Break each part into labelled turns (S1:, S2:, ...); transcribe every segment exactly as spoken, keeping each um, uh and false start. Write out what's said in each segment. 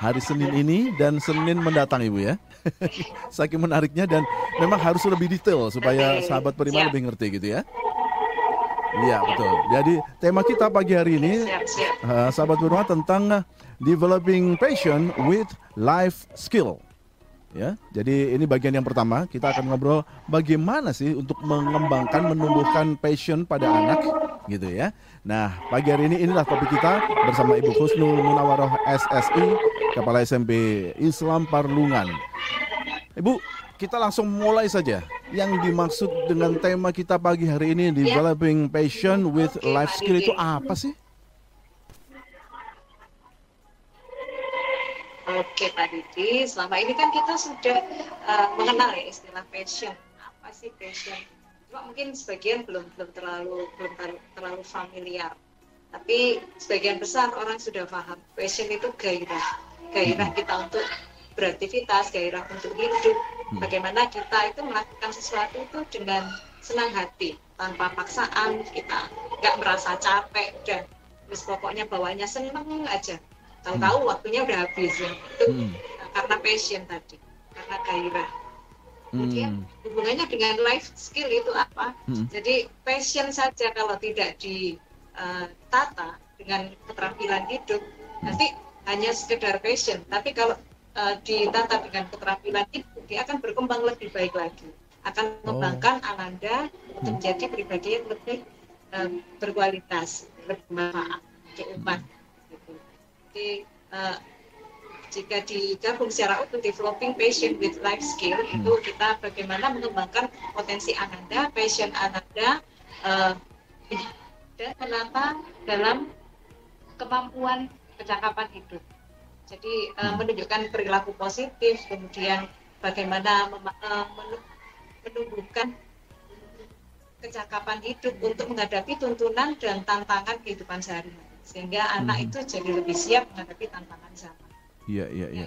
S1: hari Senin ini dan Senin mendatang Ibu ya. Saking menariknya dan memang harus lebih detail supaya
S2: Oke,
S1: sahabat Prima
S2: siap.
S1: lebih ngerti gitu ya. Iya betul. Jadi tema kita pagi hari
S2: Oke,
S1: ini
S2: siap, siap.
S1: uh, sahabat Prima tentang uh, developing passion with life skill. Ya, jadi ini bagian yang pertama kita akan ngobrol bagaimana sih untuk mengembangkan, menumbuhkan passion pada anak, gitu ya. Nah, pagi hari ini inilah topik kita bersama Ibu Husnul Munawaroh S S I, Kepala S M P Islam Parlungan. Ibu, kita langsung mulai saja. Yang dimaksud dengan tema kita pagi hari ini,
S2: Ya.
S1: developing passion with
S2: Oke,
S1: life
S2: Pak
S1: skill itu
S2: Didi.
S1: apa sih?
S2: Oke, Pak Didi. Selama ini kan kita sudah uh, mengenal ya istilah passion. Apa sih passion? Cuma mungkin sebagian belum belum terlalu belum terlalu, terlalu familiar. Tapi sebagian besar orang sudah paham. Passion itu gairah. Gairah kita untuk beraktivitas, gairah untuk hidup. Bagaimana kita itu melakukan sesuatu itu dengan senang hati, tanpa paksaan, kita nggak merasa capek dan terus pokoknya bawahnya seneng aja. Tahu-tahu waktunya udah habis ya. Itu
S1: Hmm.
S2: karena passion tadi, karena gairah. Kemudian
S1: Hmm.
S2: hubungannya dengan life skill itu apa?
S1: Hmm.
S2: Jadi passion saja kalau tidak ditata dengan keterampilan hidup, nanti hanya sekedar passion. Tapi kalau uh, ditata dengan keterampilan hidup, dia akan berkembang lebih baik lagi. Akan mengembangkan Ananda untuk menjadi pribadi yang lebih um, berkualitas, lebih bermanfaat untuk umat. Gitu. Jadi uh, jika digabung secara utuh, developing passion with life skill, hmm. itu kita bagaimana mengembangkan potensi Ananda, passion Ananda, uh, dan menata dalam kemampuan kecakapan hidup. Jadi uh, menunjukkan perilaku positif, kemudian bagaimana mem- uh, menumbuhkan kecakapan hidup untuk menghadapi tuntunan dan tantangan kehidupan sehari-hari. Sehingga anak hmm. itu jadi lebih siap menghadapi tantangan zaman.
S1: Iya, iya, iya.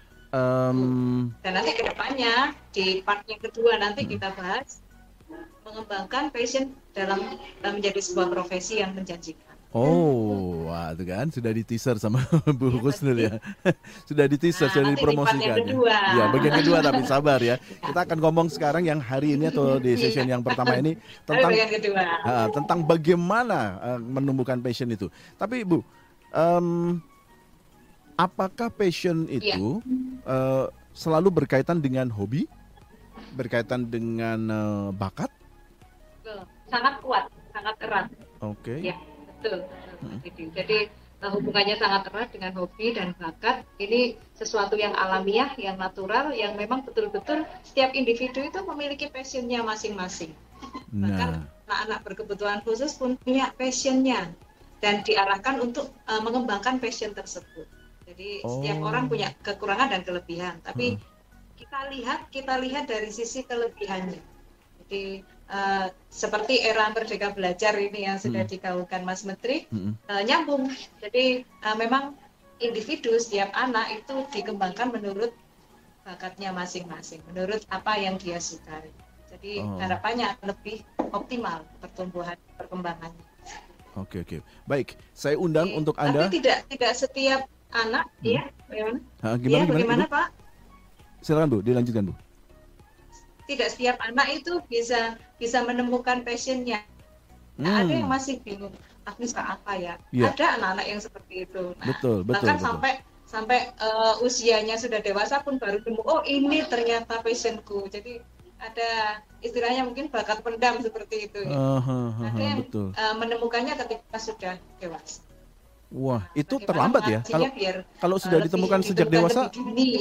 S2: Um, Dan nanti ke depannya, di part yang kedua nanti hmm. kita bahas mengembangkan passion dalam, dalam menjadi sebuah profesi yang menjanjikan.
S1: Oh, wah itu kan sudah di teaser sama Bu Husnul ya. Sudah di teaser, nah, sudah dipromosikan. Ya, bagian kedua tapi sabar ya. Kita akan ngomong sekarang yang hari ini atau di session yang pertama ini tentang uh, tentang bagaimana uh, menumbuhkan passion itu. Tapi Bu, um, apakah passion itu ya. uh, selalu berkaitan dengan hobi? Berkaitan dengan uh, bakat?
S2: Sangat kuat, sangat erat.
S1: Oke. Okay.
S2: Ya. Betul, betul. Jadi uh, hubungannya sangat erat dengan hobi dan bakat. Ini sesuatu yang alamiah, yang natural, yang memang betul-betul setiap individu itu memiliki passionnya masing-masing. Nah. Bahkan anak-anak berkebutuhan khusus pun punya passionnya dan diarahkan untuk uh, mengembangkan passion tersebut. Jadi oh. setiap orang punya kekurangan dan kelebihan, tapi hmm. kita lihat kita lihat dari sisi kelebihannya. Jadi uh, seperti era Merdeka Belajar ini yang sudah hmm. digaungkan Mas Menteri, hmm. uh, nyambung. Jadi uh, memang individu setiap anak itu dikembangkan menurut bakatnya masing-masing, menurut apa yang dia sukai. Jadi oh. harapannya lebih optimal pertumbuhan perkembangannya.
S1: Oke oke, baik. Saya undang
S2: Oke.
S1: untuk Anda.
S2: Tapi tidak tidak setiap anak, hmm. ya, bagaimana?
S1: Ha, gimana,
S2: ya,
S1: gimana,
S2: bagaimana
S1: Ibu?
S2: Pak?
S1: Silakan Bu, dilanjutkan Bu.
S2: Tidak setiap anak itu bisa bisa menemukan passionnya. Nah, hmm. ada yang masih bingung, aku suka apa ya? ya? Ada anak-anak yang seperti itu. Nah,
S1: betul, betul.
S2: Bahkan
S1: betul.
S2: sampai sampai uh, usianya sudah dewasa pun baru nemu, oh ini ternyata passionku. Jadi ada istilahnya mungkin bakat pendam seperti itu. Ya. Uh, uh, uh, ada yang betul. Uh, menemukannya ketika sudah dewasa.
S1: Wah, itu bagaimana terlambat ya? Kalau biar, kalau sudah uh, ditemukan sejak dewasa?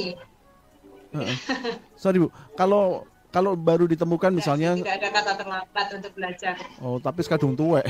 S1: Uh, uh. Sorry Bu, kalau kalau baru ditemukan tidak, misalnya
S2: tidak ada kata terlambat untuk belajar.
S1: Oh, tapi sekadung tuwek.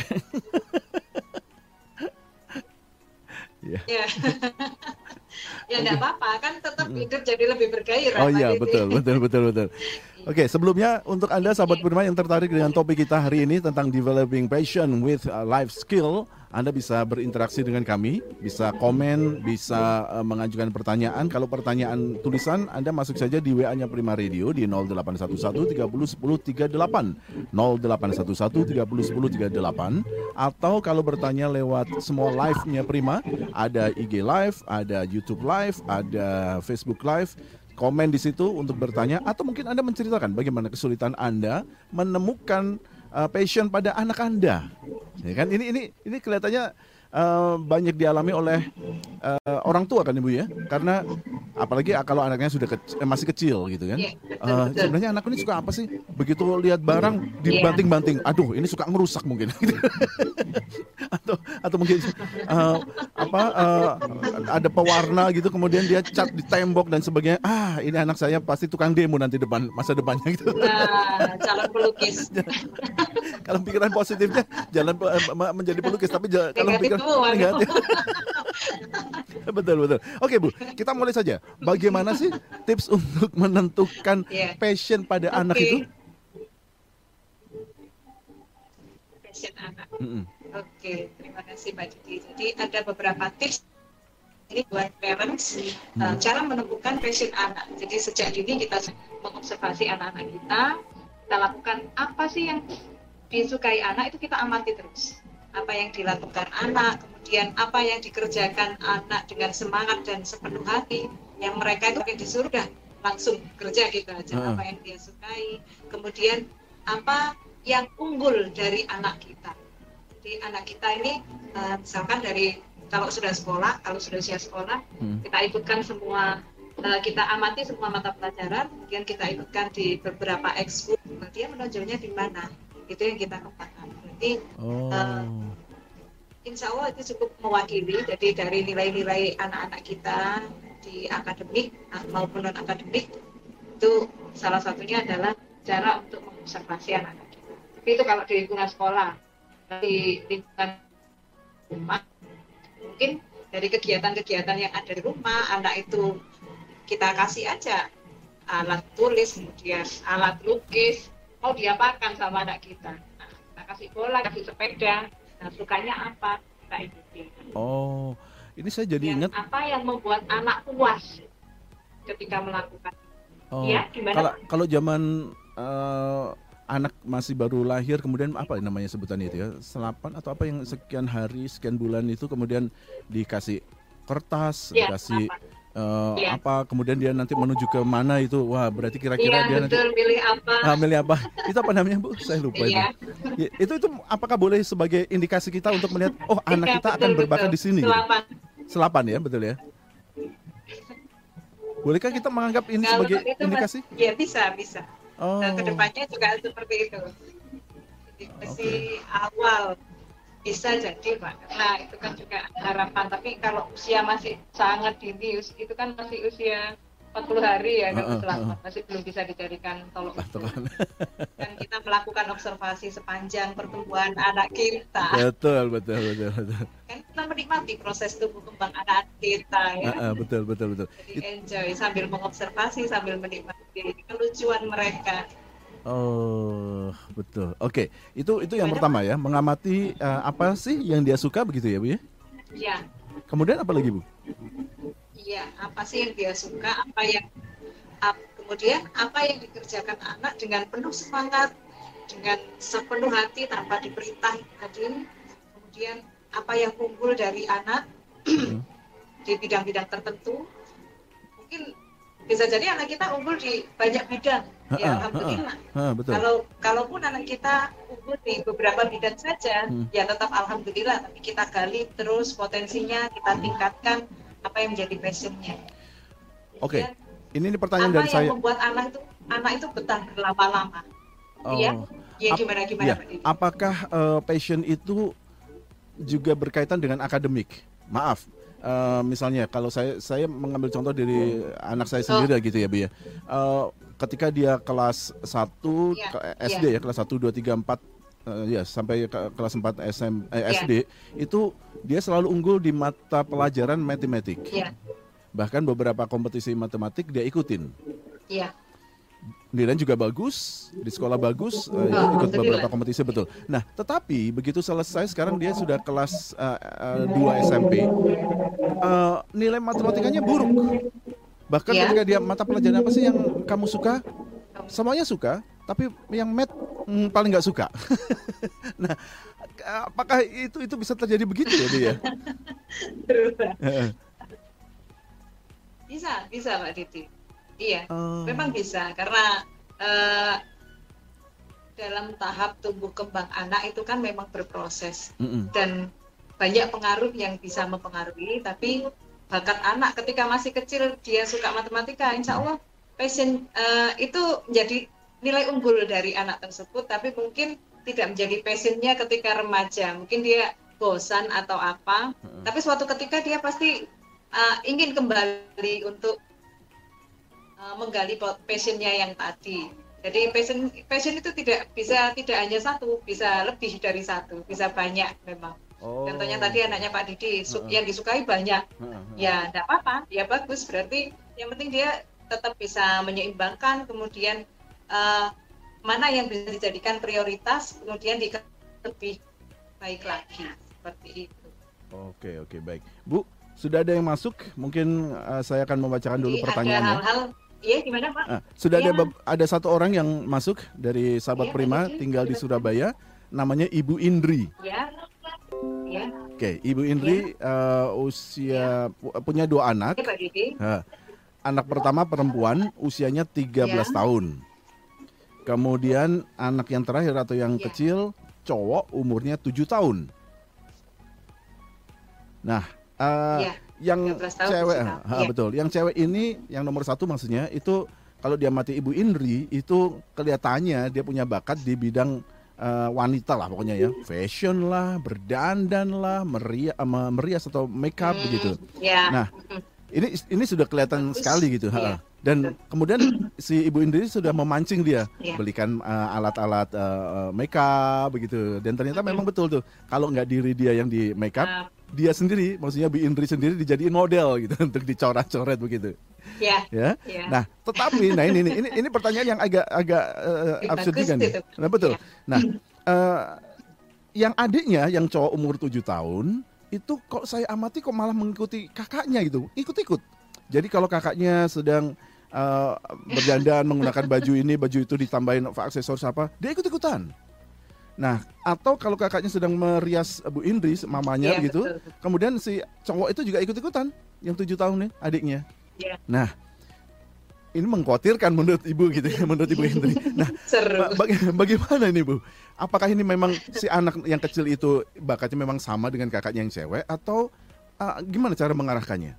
S2: Ya. Ya. Ya enggak apa-apa, kan tetap hidup jadi lebih bergairah.
S1: Oh iya, betul, betul, betul, betul. Oke, sebelumnya untuk Anda sahabat Prima yang tertarik dengan topik kita hari ini tentang developing passion with uh, life skill, Anda bisa berinteraksi dengan kami, bisa komen, bisa uh, mengajukan pertanyaan. Kalau pertanyaan tulisan, Anda masuk saja di W A-nya Prima Radio di nol delapan satu satu tiga nol satu nol tiga delapan nol delapan satu satu tiga nol satu nol tiga delapan, atau kalau bertanya lewat semua live-nya Prima, ada I G Live, ada YouTube Live, ada Facebook Live. Komen di situ untuk bertanya, atau mungkin Anda menceritakan bagaimana kesulitan Anda menemukan uh, passion pada anak Anda. Ya kan? Ini ini ini kelihatannya uh, banyak dialami oleh uh, orang tua kan Ibu ya? Karena apalagi kalau anaknya sudah kecil, eh, masih kecil gitu kan.
S2: Iya, betul,
S1: Uh,
S2: betul.
S1: sebenarnya anakku ini suka apa sih? Begitu lihat barang dibanting-banting, aduh ini suka ngerusak mungkin. atau atau mungkin uh, apa uh, ada pewarna gitu, kemudian dia cat di tembok dan sebagainya. Ah, ini anak saya pasti tukang demo nanti depan masa depannya gitu.
S2: Nah, calon pelukis.
S1: Kalau pikiran positifnya jalan eh, menjadi pelukis, tapi ja- kalau
S2: Negatif
S1: pikiran
S2: semua,
S1: negatif. Betul betul. Oke Bu, kita mulai saja. Bagaimana sih tips untuk menentukan
S2: Iya.
S1: passion pada
S2: Oke.
S1: anak itu?
S2: Passion anak.
S1: Mm-mm.
S2: Oke, terima kasih Pak Didi. Jadi ada beberapa tips ini buat parents uh, cara menemukan passion anak. Jadi sejak dini kita mengobservasi anak-anak kita, kita lakukan apa sih yang disukai anak, itu kita amati terus. Apa yang dilakukan anak, kemudian apa yang dikerjakan anak dengan semangat dan sepenuh hati, yang mereka itu kayak disuruh dah langsung kerja gitu aja.
S1: Uh-uh.
S2: Apa yang dia sukai, kemudian apa yang unggul dari anak kita. Jadi anak kita ini uh, misalkan dari kalau sudah sekolah, kalau sudah usia sekolah,
S1: Hmm.
S2: kita ikutkan semua, uh, kita amati semua mata pelajaran, kemudian kita ikutkan di beberapa ekskul, dia menonjolnya di mana, itu yang kita kembangkan. Berarti
S1: Oh.
S2: uh, insya Allah itu cukup mewakili, jadi dari nilai-nilai anak-anak kita di akademik uh, maupun non akademik, itu salah satunya adalah cara untuk mengobservasi anak-anak kita. Tapi itu kalau di lingkungan sekolah, di lingkungan rumah, mungkin dari kegiatan-kegiatan yang ada di rumah, anak itu kita kasih aja alat tulis, kemudian alat lukis, mau diapakan sama anak kita. Nah, kita kasih bola, kasih sepeda, nah sukanya apa, kita ikuti.
S1: Oh, ini saya jadi
S2: Yang
S1: ingat.
S2: apa yang membuat anak puas ketika melakukan.
S1: Oh,
S2: Iya, gimana,
S1: kalau
S2: Pak?
S1: kalau zaman eh, anak masih baru lahir, kemudian apa namanya sebutannya itu ya, selapan atau apa yang sekian hari, sekian bulan itu kemudian dikasih kertas,
S2: Iya,
S1: dikasih
S2: apa?
S1: eh,
S2: Iya.
S1: apa, kemudian dia nanti menuju ke mana itu, wah berarti kira-kira
S2: Iya,
S1: dia nanti
S2: betul, milih apa.
S1: ah, milih apa? Itu apa namanya Bu? Saya lupa itu.
S2: Iya.
S1: Ya, itu itu apakah boleh sebagai indikasi kita untuk melihat, oh anak
S2: Iya,
S1: kita akan
S2: betul,
S1: berbakat
S2: betul.
S1: di sini? Gitu?
S2: Selapan.
S1: Selapan ya, betul ya. Bolehkah kita menganggap ini
S2: Kalau
S1: sebagai
S2: itu
S1: indikasi?
S2: mas- ya bisa, bisa.
S1: Oh.
S2: Nah, kedepannya juga seperti itu. Indikasi awal bisa jadi Pak. Nah itu kan juga harapan. Tapi kalau usia masih sangat dini, us- itu kan masih usia empat puluh hari ya,
S1: Heeh,
S2: kalau selamat
S1: heeh.
S2: masih belum bisa dijadikan tolok
S1: Ah, tuh
S2: ukur.
S1: kan.
S2: Kan kita melakukan observasi sepanjang pertumbuhan anak kita.
S1: Betul, betul, betul, betul.
S2: Kan kita menikmati proses tumbuh kembang anak kita ya.
S1: Ah, ah, betul, betul, betul.
S2: Jadi enjoy sambil mengobservasi, sambil menikmati kelucuan mereka.
S1: Oh, betul. Oke, itu itu yang
S2: Gimana,
S1: pertama ya, mengamati eh, apa sih yang dia suka begitu ya, Bu ya.
S2: Ya,
S1: Kemudian apa lagi, Bu?
S2: iya. Apa sih yang dia suka? Apa yang ap- kemudian apa yang dikerjakan anak dengan penuh semangat, dengan sepenuh hati tanpa diperintah tadi. Kemudian apa yang unggul dari anak
S1: Hmm.
S2: di bidang-bidang tertentu. Mungkin bisa jadi anak kita unggul di banyak bidang.
S1: Ha,
S2: Ya,
S1: ha,
S2: alhamdulillah.
S1: Ah, betul.
S2: Kalau kalaupun anak kita unggul di beberapa bidang saja,
S1: Hmm.
S2: ya tetap alhamdulillah. Tapi kita gali terus potensinya, kita tingkatkan apa yang menjadi passionnya.
S1: Oke,
S2: Kemudian,
S1: ini, ini pertanyaan
S2: apa
S1: dari
S2: yang
S1: saya.
S2: membuat anak itu anak itu betah berlama-lama?
S1: Oh,
S2: Ya, ya
S1: ap-
S2: gimana gimana
S1: ya,
S2: Pak Didi?
S1: apakah eh, passion itu juga berkaitan dengan akademik? Maaf, eh, misalnya kalau saya saya mengambil contoh dari anak saya sendiri gitu ya, Bu ya. Eh, ketika dia kelas satu
S2: Iya,
S1: ke S D ya, kelas satu, dua, tiga, empat eh, ya sampai ke kelas empat S M eh,
S2: Iya.
S1: S D itu dia selalu unggul di mata pelajaran matematik.
S2: Iya,
S1: Bahkan beberapa kompetisi matematik dia ikutin.
S2: iya.
S1: nilainya juga bagus, di sekolah bagus, uh,
S2: Oh,
S1: ikut beberapa
S2: alhamdulillah.
S1: kompetisi betul. Nah, tetapi begitu selesai sekarang dia sudah kelas uh, uh, dua S M P, uh, nilai matematikanya buruk. Bahkan
S2: Ya,
S1: ketika dia mata pelajaran apa sih yang kamu suka? Semuanya suka, tapi yang math hmm, paling nggak suka. Nah, apakah itu itu bisa terjadi begitu ya dia?
S2: berubah.
S1: Heeh.
S2: Bisa, bisa Pak Didi. Iya,
S1: Oh,
S2: memang bisa karena eh, dalam tahap tumbuh kembang anak itu kan memang berproses
S1: mm-mm.
S2: dan banyak pengaruh yang bisa mempengaruhi. Tapi bakat anak ketika masih kecil dia suka matematika, insya Allah passion eh, itu menjadi nilai unggul dari anak tersebut. Tapi mungkin tidak menjadi passionnya ketika remaja. Mungkin dia bosan atau apa.
S1: Heeh.
S2: Tapi suatu ketika dia pasti eh, ingin kembali untuk uh, menggali passionnya yang tadi. Jadi passion passion itu tidak bisa tidak hanya satu, bisa lebih dari satu, bisa banyak memang. Contohnya
S1: Oh,
S2: tadi anaknya Pak Didi, su-
S1: heeh,
S2: yang disukai banyak,
S1: heeh, heeh.
S2: ya enggak apa-apa, ya bagus. Berarti yang penting dia tetap bisa menyeimbangkan, kemudian uh, mana yang bisa dijadikan prioritas, kemudian di lebih baik lagi, seperti itu.
S1: Oke, oke, baik. Bu, sudah ada yang masuk? Mungkin uh, saya akan membacakan dulu
S2: Jadi ada
S1: pertanyaannya.
S2: hal-hal, iya gimana Pak?
S1: Ah, sudah ada
S2: Iya,
S1: beb- ada satu orang yang masuk dari sahabat
S2: iya Pak
S1: Prima,
S2: Didi,
S1: tinggal di
S2: silakan.
S1: Surabaya, namanya Ibu Indri.
S2: Ya, ya,
S1: Oke, Ibu Indri uh, usia pu- punya dua anak.
S2: ya Pak Didi.
S1: Ha, anak pertama perempuan, usianya tiga belas
S2: Ya,
S1: tahun. Kemudian anak yang terakhir atau yang
S2: ya,
S1: kecil, cowok, umurnya tujuh tahun. Nah, uh,
S2: ya,
S1: yang
S2: tiga belas tahun,
S1: cewek,
S2: tujuh tahun.
S1: ha,
S2: Ya,
S1: betul, yang cewek ini, yang nomor satu maksudnya, itu kalau dia mati Ibu Indri, itu kelihatannya dia punya bakat di bidang uh, wanita lah pokoknya ya, fashion lah, berdandan lah, meria, uh, merias atau makeup begitu.
S2: hmm, ya,
S1: Nah,
S2: mm,
S1: ini ini sudah kelihatan
S2: bagus.
S1: sekali gitu, ha.
S2: Iya,
S1: Dan kemudian si Ibu Indri sudah memancing dia
S2: ya,
S1: belikan uh, alat-alat uh, uh, makeup begitu. Dan ternyata memang betul tuh, kalau nggak diri dia yang di makeup,
S2: uh,
S1: dia sendiri, maksudnya Bu Indri sendiri dijadiin model gitu untuk dicoret-coret begitu,
S2: ya,
S1: ya.
S2: ya,
S1: Nah, tetapi, nah ini ini ini, ini pertanyaan yang agak agak uh,
S2: Ih,
S1: absurd
S2: bagus
S1: juga nih.
S2: itu.
S1: Nah, betul.
S2: Ya,
S1: Nah, uh, yang adiknya yang cowok umur tujuh tahun itu kok saya amati kok malah mengikuti kakaknya gitu, ikut-ikut. Jadi kalau kakaknya sedang uh, berdandan menggunakan baju ini, baju itu ditambahin aksesoris apa, dia ikut-ikutan. Nah, atau kalau kakaknya sedang merias Bu Indri, mamanya
S2: ya,
S1: begitu,
S2: betul.
S1: kemudian si cowok itu juga ikut-ikutan, yang tujuh tahun nih, adiknya.
S2: Ya,
S1: Nah, ini mengkhawatirkan menurut ibu gitu ya, menurut Ibu Indri. Nah,
S2: seru.
S1: ba- baga- bagaimana ini Bu? Apakah ini memang si anak yang kecil itu bakatnya memang sama dengan kakaknya yang cewek, atau uh, gimana cara mengarahkannya?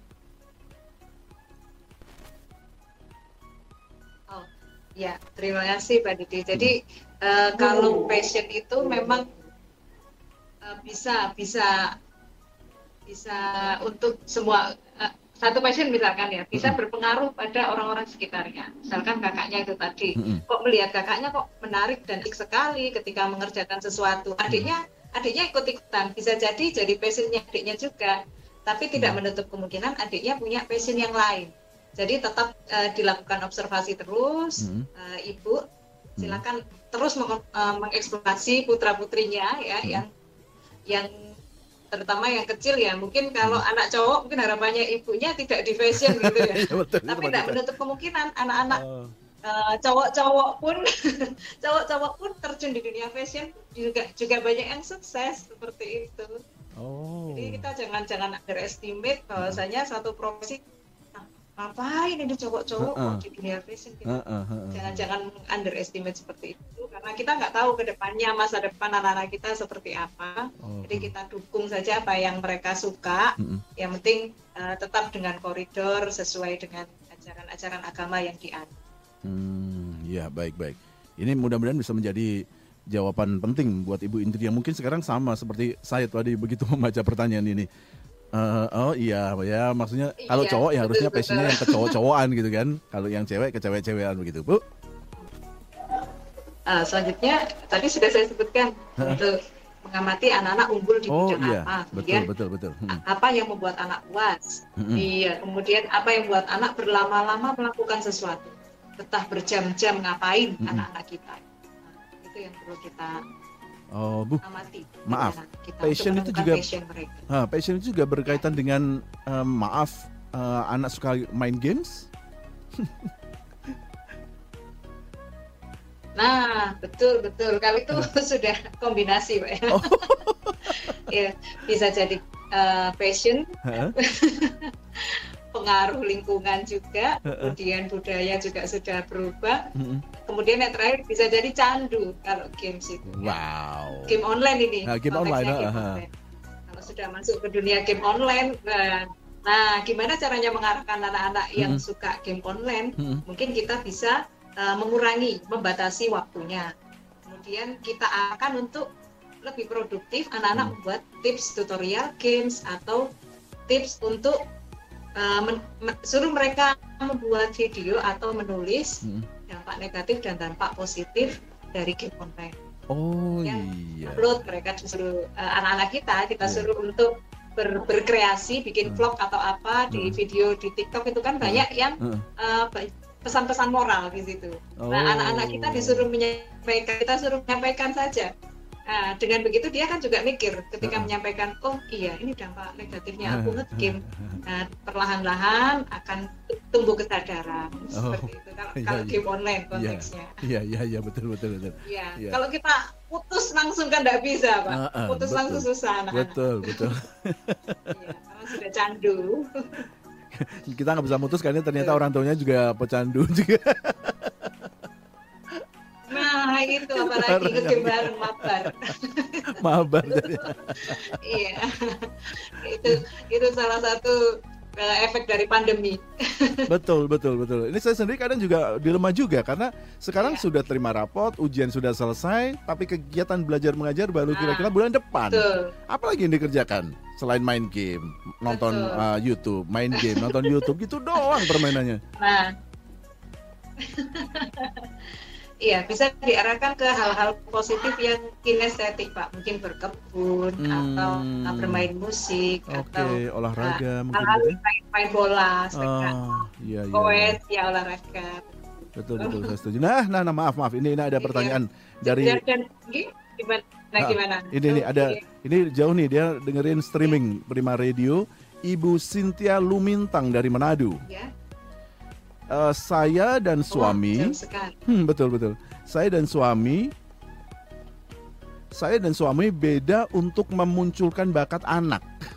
S2: Oh, ya, terima kasih Pak Didi. Jadi eh, kalau passion itu memang eh, bisa bisa bisa untuk semua eh, satu passion misalkan ya bisa
S1: Mm-mm.
S2: berpengaruh pada orang-orang sekitarnya. Misalkan kakaknya itu tadi,
S1: Mm-mm.
S2: kok melihat kakaknya kok menarik dan asik sekali ketika mengerjakan sesuatu. Adiknya adiknya ikut-ikutan, bisa jadi jadi passionnya adiknya juga. Tapi tidak
S1: Mm.
S2: menutup kemungkinan adiknya punya passion yang lain. Jadi tetap eh, dilakukan observasi terus,
S1: Mm.
S2: eh, Ibu
S1: Mm.
S2: silakan terus meng- eh, mengeksplorasi putra-putrinya ya
S1: Mm.
S2: yang yang terutama yang kecil ya. Mungkin kalau
S1: Mm.
S2: anak cowok mungkin harapannya ibunya tidak di fashion gitu ya.
S1: Iya betul, itu
S2: Tapi
S1: Pak
S2: tidak
S1: Dita.
S2: menutup kemungkinan anak-anak
S1: Oh.
S2: eh, cowok-cowok pun cowok-cowok pun terjun di dunia fashion juga juga banyak yang sukses seperti itu.
S1: Oh.
S2: Jadi kita jangan jangan underestimate bahwasanya satu profesi "Ah, ngapain ini cowok-cowok
S1: Heeh.
S2: kok di dunia fashion gitu.
S1: Heeh, heeh.
S2: Jangan-jangan underestimate seperti itu karena kita nggak tahu ke depannya masa depan anak-anak kita seperti apa.
S1: Oh.
S2: Jadi kita dukung saja apa yang mereka suka.
S1: Mm-mm.
S2: Yang penting eh, tetap dengan koridor sesuai dengan ajaran-ajaran agama yang dianut.
S1: Hmm, ya baik baik. Ini mudah-mudahan bisa menjadi jawaban penting buat Ibu Indri yang mungkin sekarang sama seperti saya tadi begitu membaca pertanyaan ini. Eh, oh iya ya, maksudnya kalau
S2: Iya,
S1: cowok ya harusnya
S2: betul,
S1: passionnya
S2: betul.
S1: yang ke cowok-cowokan gitu kan. Kalau yang cewek ke cewek-cewekan begitu, Bu.
S2: Eh, selanjutnya tadi sudah saya sebutkan untuk mengamati anak-anak unggul di
S1: Oh
S2: bidang
S1: iya,
S2: apa,
S1: betul
S2: kemudian
S1: betul betul. Mm-mm.
S2: apa yang membuat anak puas,
S1: Mm-mm.
S2: iya, kemudian apa yang membuat anak berlama-lama melakukan sesuatu. betah berjam-jam ngapain
S1: Mm-mm.
S2: anak-anak kita. Nah, itu yang perlu kita
S1: Oh, Bu,
S2: amati.
S1: maaf.
S2: Anak kita
S1: Passion
S2: untuk
S1: itu
S2: menemukan
S1: juga
S2: passion mereka.
S1: ah, passion itu juga berkaitan dengan em, maaf eh, anak suka main games.
S2: Nah, betul betul. Kalau itu sudah kombinasi, Pak. Ya.
S1: Oh.
S2: Ya, bisa jadi uh, passion,
S1: Heeh.
S2: pengaruh lingkungan juga,
S1: Heeh.
S2: kemudian budaya juga sudah berubah.
S1: Mm-mm.
S2: Kemudian yang terakhir bisa jadi candu kalau games itu.
S1: Wow.
S2: Game online ini.
S1: Nah, game
S2: konteksnya
S1: online,
S2: game
S1: ah, ah.
S2: online. Kalau sudah masuk ke dunia game online, nah, nah gimana caranya mengarahkan anak-anak yang
S1: Mm-mm.
S2: suka game online?
S1: Mm-mm.
S2: Mungkin kita bisa uh, mengurangi, membatasi waktunya. Kemudian kita akan untuk lebih produktif, anak-anak
S1: Hmm.
S2: membuat tips tutorial games atau tips untuk uh, men- men- suruh mereka membuat video atau menulis
S1: Mm-mm.
S2: dampak negatif dan dampak positif dari game online.
S1: Oh
S2: Ya,
S1: iya.
S2: Upload mereka disuruh uh, anak-anak kita kita
S1: Iya.
S2: suruh untuk ber- berkreasi, bikin
S1: Hmm.
S2: vlog atau apa di
S1: Hmm.
S2: video di TikTok itu kan banyak yang
S1: Heeh.
S2: uh, ba- pesan-pesan moral di situ.
S1: Oh.
S2: Nah, anak-anak kita disuruh menyampaikan, kita suruh menyampaikan saja. Nah, dengan begitu dia kan juga mikir ketika
S1: Uh-uh.
S2: menyampaikan, oh iya ini dampak negatifnya aku
S1: Uh-uh.
S2: nge-game. Nah, perlahan-lahan akan tumbuh kesadaran
S1: Oh,
S2: seperti itu. Kalau,
S1: iya,
S2: kalau
S1: iya.
S2: game online
S1: Iya,
S2: konteksnya.
S1: iya, iya, iya, betul, betul, betul.
S2: Iya.
S1: Iya.
S2: Kalau kita putus langsung kan nggak bisa, Pak.
S1: Uh-uh,
S2: Putus
S1: betul.
S2: langsung susah anak-anak.
S1: Betul, betul.
S2: Iya, karena sudah candu.
S1: Kita nggak bisa mutus karena ternyata orang tuanya juga pecandu juga.
S2: Nah, itu apalagi nge-game bareng mabar.
S1: Mabar jadi.
S2: Iya. itu itu salah satu uh, efek dari pandemi.
S1: Betul, betul, betul. Ini saya sendiri kadang juga dilema juga karena sekarang
S2: Iya.
S1: sudah terima rapot, ujian sudah selesai, tapi kegiatan belajar mengajar baru
S2: Nah,
S1: kira-kira bulan depan.
S2: Betul.
S1: Apalagi yang dikerjakan selain main game, nonton
S2: Betul.
S1: uh, YouTube, main game, nonton YouTube gitu doang permainannya.
S2: Nah, iya bisa diarahkan ke hal-hal positif yang kinestetik, Pak. Mungkin berkebun
S1: Hmm.
S2: atau uh, bermain musik
S1: Oke,
S2: atau
S1: olahraga mungkin
S2: hal-hal
S1: gitu ya.
S2: main, main bola, sepeda,
S1: Ah, iya, iya, iya.
S2: koes, ya olahraga.
S1: Betul, betul, saya setuju. Nah, nah, nah, maaf, maaf. Ini, ini ada pertanyaan dari
S2: Dan, dan gimana? Nah,
S1: Ah,
S2: gimana?
S1: ini nih ada
S2: Oke.
S1: ini jauh nih dia dengerin streaming Prima Radio. Ibu Cynthia Lumintang dari Manado.
S2: Ya.
S1: Eh, saya dan suami,
S2: Oh, jauh sekali.
S1: hmm, betul betul. Saya dan suami, saya dan suami beda untuk memunculkan bakat anak.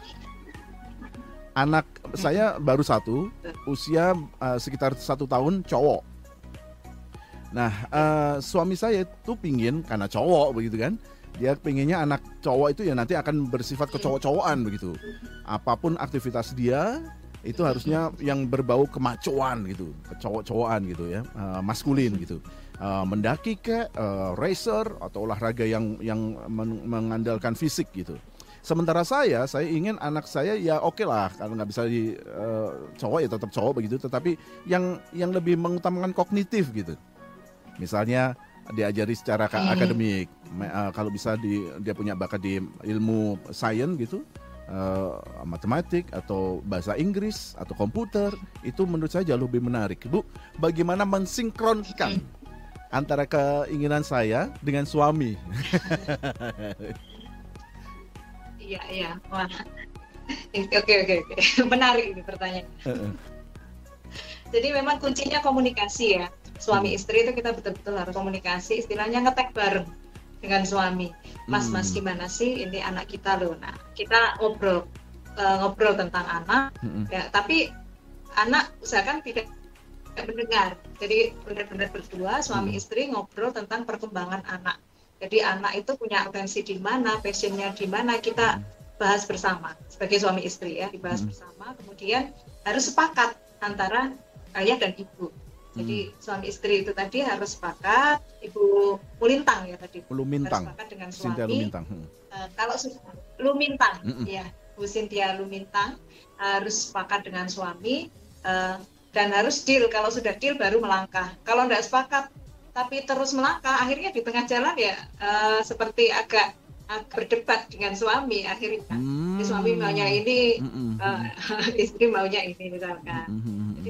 S1: Anak saya baru satu, usia eh, sekitar satu tahun, cowok. Nah, eh, suami saya tuh pingin karena cowok begitu kan. Dia pengennya anak cowok itu ya nanti akan bersifat kecowok-cowokan begitu. Apapun aktivitas dia itu harusnya yang berbau kemacoan gitu, kecowok-cowokan gitu ya, uh, maskulin gitu. Uh, mendaki ke uh, racer atau olahraga yang yang men- mengandalkan fisik gitu. Sementara saya, saya ingin anak saya ya oke lah kalau nggak bisa di uh, cowok ya tetap cowok begitu, tetapi yang yang lebih mengutamakan kognitif gitu. Misalnya diajari secara ka-
S2: Hmm.
S1: akademik, Me- uh, kalau bisa di, dia punya bakat di ilmu sains gitu, uh, matematik atau bahasa Inggris atau komputer, itu menurut saya jauh lebih menarik. Bu, bagaimana mensinkronkan antara keinginan saya dengan suami?
S2: Iya, iya. Wah. Oke, oke, oke. Menarik ini pertanyaannya. Jadi memang kuncinya komunikasi ya. Suami
S1: Hmm.
S2: istri itu kita betul-betul harus komunikasi, istilahnya ngetek bareng dengan suami. Mas,
S1: Hmm.
S2: mas gimana sih ini anak kita loh. Nah, kita ngobrol eh, ngobrol tentang anak,
S1: Mm-mm.
S2: ya, tapi anak usahakan tidak tidak mendengar. Jadi benar-benar berdua suami
S1: Hmm.
S2: istri ngobrol tentang perkembangan anak. Jadi anak itu punya potensi di mana, passionnya di mana, kita bahas bersama sebagai suami istri ya, dibahas
S1: Hmm.
S2: bersama. Kemudian harus sepakat antara ayah dan ibu. Jadi suami istri itu tadi harus sepakat, Ibu Mulintang ya tadi.
S1: Lumintang,
S2: Harus sepakat dengan
S1: Cynthia
S2: suami.
S1: Lumintang. Hmm.
S2: Eh, kalau su- Lumintang,
S1: Mm-mm.
S2: ya Bu Cynthia Lumintang harus sepakat dengan suami eh, dan harus deal. Kalau sudah deal baru melangkah. Kalau tidak sepakat tapi terus melangkah, akhirnya di tengah jalan ya eh, seperti agak, agak berdebat dengan suami akhirnya.
S1: Hmm.
S2: Suami maunya ini,
S1: Mm-mm.
S2: eh, istri maunya ini misalkan.
S1: Mm-mm.
S2: Jadi betul-betul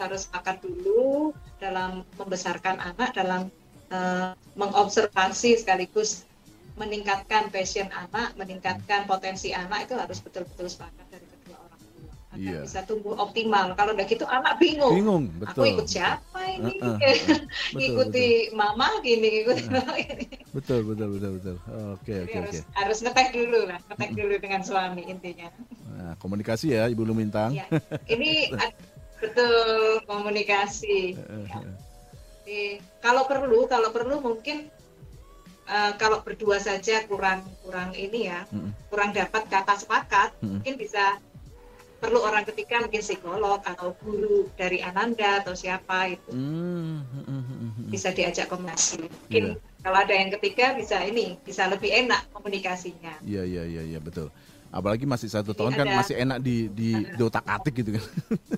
S2: harus sepakat dulu dalam membesarkan anak, dalam uh, mengobservasi sekaligus meningkatkan passion anak, meningkatkan potensi anak, itu harus betul-betul sepakat dari kedua orang tua agar
S1: Iya.
S2: bisa tumbuh optimal. Kalau udah gitu anak bingung.
S1: Bingung, betul.
S2: Aku ikut siapa ini?
S1: Uh, uh, uh, betul,
S2: Ikuti
S1: betul.
S2: mama gini, ikuti
S1: Uh,
S2: mama ini.
S1: betul, betul, betul, betul. Oke,
S2: Jadi
S1: oke,
S2: harus
S1: oke.
S2: harus ngetek dulu lah, ngetek dulu dengan suami intinya.
S1: Nah, komunikasi ya, Ibu Lumintang.
S2: Ya, ini ad- betul komunikasi.
S1: Uh, uh,
S2: Ya.
S1: uh.
S2: Jadi, kalau perlu, kalau perlu mungkin uh, kalau berdua saja kurang kurang ini ya,
S1: Mm-mm.
S2: kurang dapat kata sepakat,
S1: Mm-mm.
S2: mungkin bisa perlu orang ketiga, mungkin psikolog atau guru dari Ananda atau siapa itu
S1: Mm, mm, mm, mm, mm.
S2: bisa diajak komunikasi. Mungkin
S1: Iya.
S2: kalau ada yang ketiga bisa ini, bisa lebih enak komunikasinya.
S1: Iya, iya, iya, iya, betul. Apalagi masih satu
S2: Jadi
S1: tahun kan
S2: ada-
S1: masih enak di di
S2: Ada.
S1: dotak-atik gitu kan.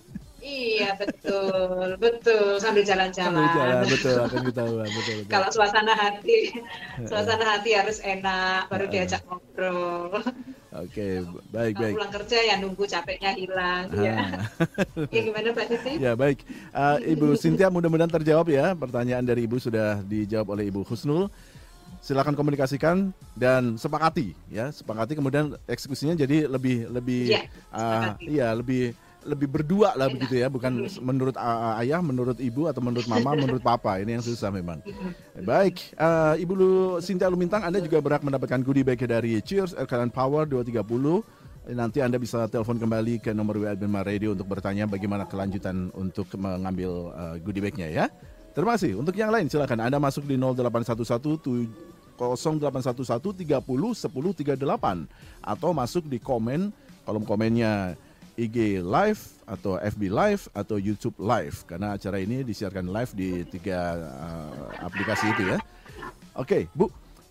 S2: Iya betul, betul sambil jalan-jalan.
S1: Sambil jalan, betul, akan ketahuan, betul, betul.
S2: Kalau suasana hati, suasana hati harus enak, baru diajak ngobrol.
S1: Oke, baik,
S2: Kalau
S1: baik.
S2: pulang kerja ya nunggu capeknya hilang. Ya,
S1: Ah.
S2: ya gimana Pak Titi?
S1: Ya, baik. Uh, Ibu Cynthia, mudah-mudahan terjawab ya. Pertanyaan dari Ibu sudah dijawab oleh Ibu Husnul. Silakan komunikasikan dan sepakati ya, sepakati kemudian eksekusinya jadi lebih lebih
S2: Iya,
S1: uh,
S2: sepakati.
S1: iya lebih lebih berdua lah
S2: Enak.
S1: begitu ya, bukan menurut uh, ayah, menurut ibu atau menurut mama, menurut papa. Ini yang susah memang. Baik, uh, Ibu Lu, Cynthia Lumintang, Anda juga berhak mendapatkan goodie bag dari Cheers Air Current Power dua tiga nol. Nanti Anda bisa telepon kembali ke nomor W A Bima Radio untuk bertanya bagaimana kelanjutan untuk mengambil uh, goodie bag-nya ya. Terima kasih. Untuk yang lain silakan Anda masuk di nol delapan satu satu nol delapan satu satu tiga nol satu nol tiga delapan atau masuk di komen, kolom komennya I G Live atau F B Live atau YouTube Live, karena acara ini disiarkan live di tiga uh, aplikasi itu ya. Oke, Bu, uh,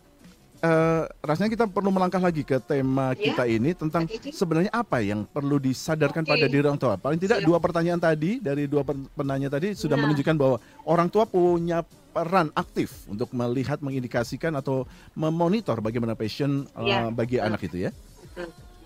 S1: rasanya kita perlu melangkah lagi ke tema
S2: Ya.
S1: kita ini tentang sebenarnya apa yang perlu disadarkan
S2: Oke.
S1: pada diri orang tua. Paling tidak
S2: Siap.
S1: dua pertanyaan tadi dari dua pen- penanya tadi sudah
S2: Nah.
S1: menunjukkan bahwa orang tua punya peran aktif untuk melihat, mengindikasikan atau memonitor bagaimana passion uh,
S2: Ya.
S1: bagi
S2: Betul.
S1: anak itu ya.
S2: Betul.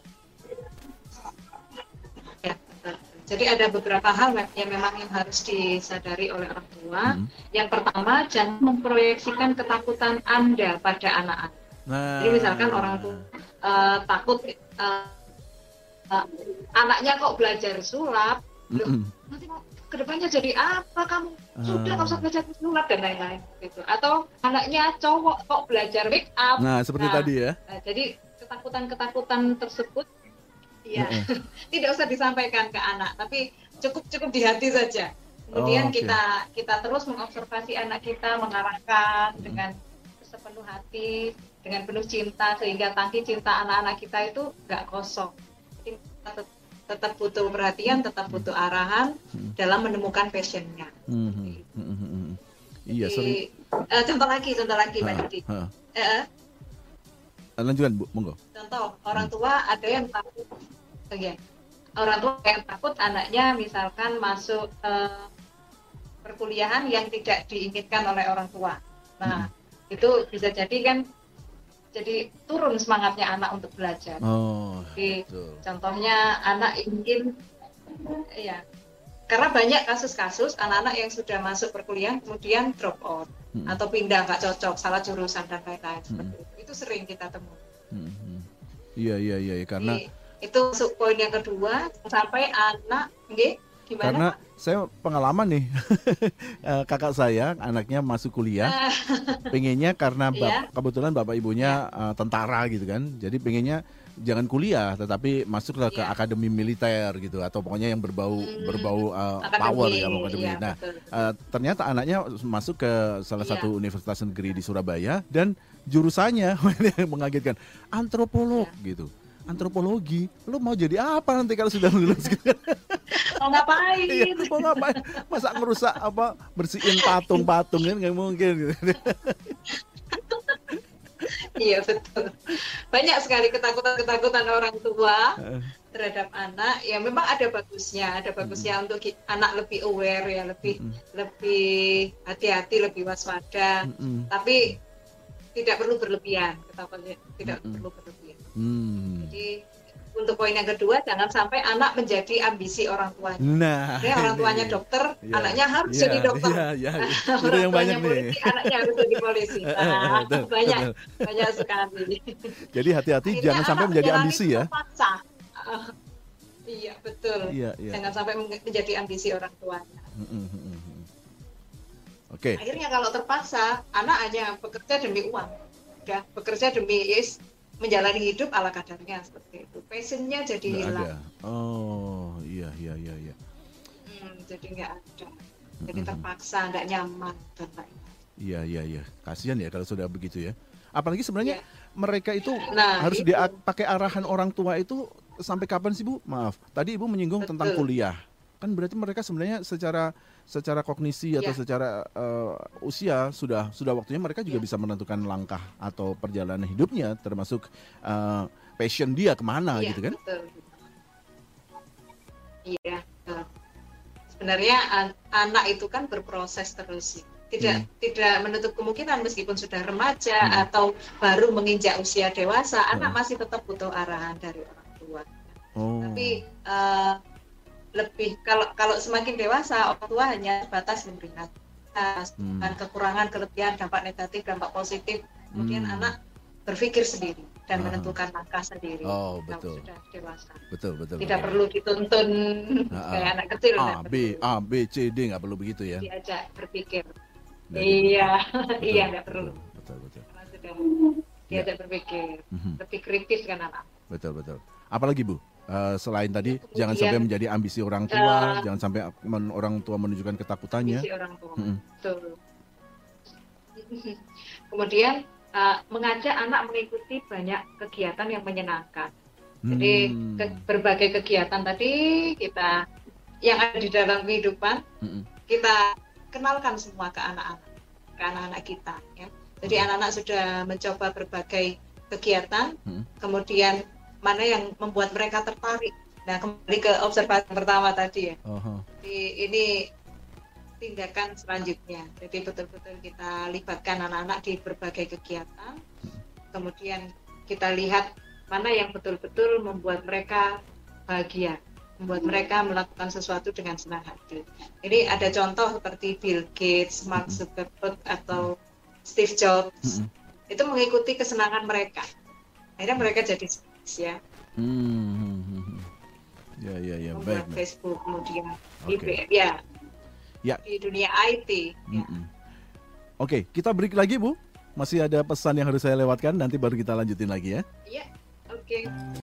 S2: Ya, betul. Jadi ada beberapa hal yang memang yang harus disadari oleh orang tua.
S1: Hmm.
S2: Yang pertama, jangan memproyeksikan ketakutan Anda pada anak-anak.
S1: Nah,
S2: Jadi misalkan orang tua uh, takut uh, uh, anaknya kok belajar sulap, loh,
S1: Mm-mm.
S2: nanti mau kedepannya jadi apa kamu? Sudah
S1: Ah.
S2: nggak usah belajar sulap dan lain-lain gitu. Atau anaknya cowok kok belajar make up.
S1: Nah, seperti
S2: Nah,
S1: tadi ya.
S2: Nah, jadi ketakutan-ketakutan tersebut ya
S1: Heeh.
S2: tidak usah disampaikan ke anak, tapi cukup cukup di hati saja.
S1: Oh,
S2: Kemudian
S1: oke.
S2: kita kita terus mengobservasi anak kita, mengarahkan
S1: Hmm.
S2: dengan sepenuh hati, dengan penuh cinta, sehingga tangki cinta anak-anak kita itu nggak kosong. Jadi kita tet- tetap butuh perhatian, tetap butuh arahan
S1: Hmm.
S2: dalam menemukan passionnya.
S1: Hmm, hmm, hmm, hmm, hmm. Iya,
S2: Jadi,
S1: sering.
S2: eh, contoh lagi, contoh lagi, Mbak
S1: Ah,
S2: Didi.
S1: ah.
S2: Eh,
S1: Lanjutkan, Bu, monggo.
S2: contoh orang tua ada yang takut, oh ya, orang tua yang takut anaknya misalkan masuk eh, perkuliahan yang tidak diinginkan oleh orang tua. Nah, itu bisa jadi kan jadi turun semangatnya anak untuk belajar.
S1: Oh,
S2: Jadi,
S1: betul.
S2: contohnya anak ingin, ya, karena banyak kasus-kasus anak-anak yang sudah masuk perkuliahan kemudian drop out
S1: Hmm.
S2: atau pindah nggak cocok, salah jurusan dan lain-lain.
S1: Hmm.
S2: Seperti itu. Itu sering kita temui.
S1: Hmm, hmm. Iya, iya, iya, iya, karena
S2: Jadi, itu masuk poin yang kedua, sampai anak, nggih, gimana?
S1: karena
S2: Pak?
S1: saya pengalaman nih. Eh, kakak saya anaknya masuk kuliah,
S2: Ah,
S1: pengennya karena bap-
S2: Iya.
S1: kebetulan bapak ibunya eh, tentara gitu kan, jadi pengennya jangan kuliah tetapi masuklah ke
S2: Iya.
S1: akademi militer gitu, atau pokoknya yang berbau
S2: Hmm,
S1: berbau eh,
S2: akademi,
S1: power ya, akademi.
S2: iya,
S1: Nah,
S2: betul.
S1: eh, ternyata anaknya masuk ke salah
S2: Iya.
S1: satu universitas negeri di Surabaya dan jurusannya yang mengagetkan antropolog gitu. Antropologi, lu mau jadi apa nanti kalau sudah lulus?
S2: Mau ngapain?
S1: Iya, mau ngapain? Masa ngerusak apa, bersihin patung-patung kan nggak mungkin gitu.
S2: Iya betul. Banyak sekali ketakutan-ketakutan orang tua
S1: Heeh.
S2: terhadap anak. Ya memang ada bagusnya, ada bagusnya untuk ki- anak lebih aware ya, lebih
S1: Mm-mm.
S2: lebih hati-hati, lebih waspada.
S1: Mm-mm.
S2: Tapi tidak perlu berlebihan, ketakutannya tidak
S1: Mm-mm.
S2: perlu berlebihan.
S1: Hmm.
S2: Jadi untuk poin yang kedua, jangan sampai anak menjadi ambisi orang tuanya.
S1: Nah,
S2: ya, orang tuanya
S1: ini.
S2: dokter,
S1: Ya,
S2: anaknya harus
S1: ya,
S2: jadi dokter.
S1: Ya, ya, ya. Itu
S2: orang
S1: yang banyak
S2: tuanya
S1: nih.
S2: polisi, anaknya harus jadi polisi. Nah,
S1: betul,
S2: banyak,
S1: betul.
S2: banyak sekali.
S1: Jadi hati-hati
S2: Akhirnya
S1: jangan sampai menjadi ambisi ya.
S2: Terpaksa. Uh, iya betul.
S1: Iya, iya.
S2: Jangan sampai menjadi ambisi orang tuanya.
S1: Mm, mm, mm, mm. Oke. Okay.
S2: Akhirnya kalau terpaksa, anak hanya bekerja demi uang, udah bekerja demi is menjalani hidup ala kadarnya seperti itu. Passionnya jadi
S1: Nggak
S2: hilang.
S1: ada. Oh, iya, iya, iya, iya.
S2: Hmm, jadi nggak ada. Jadi terpaksa, nggak nyaman dan lain-lain.
S1: Iya, iya, iya. Kasihan ya kalau sudah begitu ya. Apalagi sebenarnya ya. Mereka itu
S2: nah,
S1: harus
S2: itu.
S1: dia pakai arahan orang tua itu sampai kapan sih Bu? Maaf. Tadi Ibu menyinggung Betul. Tentang kuliah. Kan berarti mereka sebenarnya secara secara kognisi atau ya. Secara uh, usia sudah sudah waktunya mereka juga ya. Bisa menentukan langkah atau perjalanan hidupnya, termasuk uh, passion dia kemana ya, gitu kan?
S2: Betul. Iya. Sebenarnya an anak itu kan berproses terus, tidak hmm. tidak menutup kemungkinan meskipun sudah remaja hmm. atau baru menginjak usia dewasa, hmm. anak masih tetap butuh arahan dari orang tua. Oh. Tapi uh, lebih kalau kalau semakin dewasa orang tua hanya sebatas memberikan hmm. kekurangan, kelebihan, dampak negatif, dampak positif, kemudian hmm. anak berpikir sendiri dan ah. menentukan langkah sendiri.
S1: Oh, betul.
S2: Sudah dewasa.
S1: Betul, betul.
S2: Tidak
S1: betul.
S2: perlu dituntun ah, kayak anak kecil.
S1: A, B, A, B, C, D nggak perlu begitu ya.
S2: Diajak berpikir.
S1: Nah,
S2: iya,
S1: betul,
S2: iya nggak perlu.
S1: Betul, betul.
S2: Karena sudah diajak ya. Berpikir, mm-hmm. lebih kritis kan anak.
S1: Betul, betul. Apalagi Bu? Uh, selain tadi kemudian, jangan sampai menjadi ambisi orang tua, uh, jangan sampai men- orang tua menunjukkan ketakutannya.
S2: Ambisi orang tua.
S1: Mm-hmm.
S2: Betul. Kemudian uh, mengajak anak mengikuti banyak kegiatan yang menyenangkan. Jadi hmm. ke, berbagai kegiatan tadi kita yang ada di dalam kehidupan hmm. kita kenalkan semua ke anak-anak, ke anak-anak kita. Ya. Jadi hmm. anak-anak sudah mencoba berbagai kegiatan, hmm. kemudian mana yang membuat mereka tertarik. Nah, kembali ke observasi pertama tadi ya. Uh-huh. Jadi, ini tindakan selanjutnya. Jadi betul-betul kita libatkan anak-anak di berbagai kegiatan. Kemudian kita lihat mana yang betul-betul membuat mereka bahagia, membuat mereka melakukan sesuatu dengan senang hati. Ini ada contoh seperti Bill Gates, Mark Zuckerberg atau Steve Jobs. Itu mengikuti kesenangan mereka. Akhirnya mereka jadi sukses ya.
S1: Hmm. Ya, ya, ya.
S2: Membuat
S1: Baik.
S2: Facebook kemudian
S1: okay.
S2: I B M ya.
S1: Ya.
S2: Di dunia I T. Ya.
S1: Oke, okay, kita break lagi Bu. Masih ada pesan yang harus saya lewatkan, nanti baru kita lanjutin lagi ya.
S2: Iya, oke. Okay.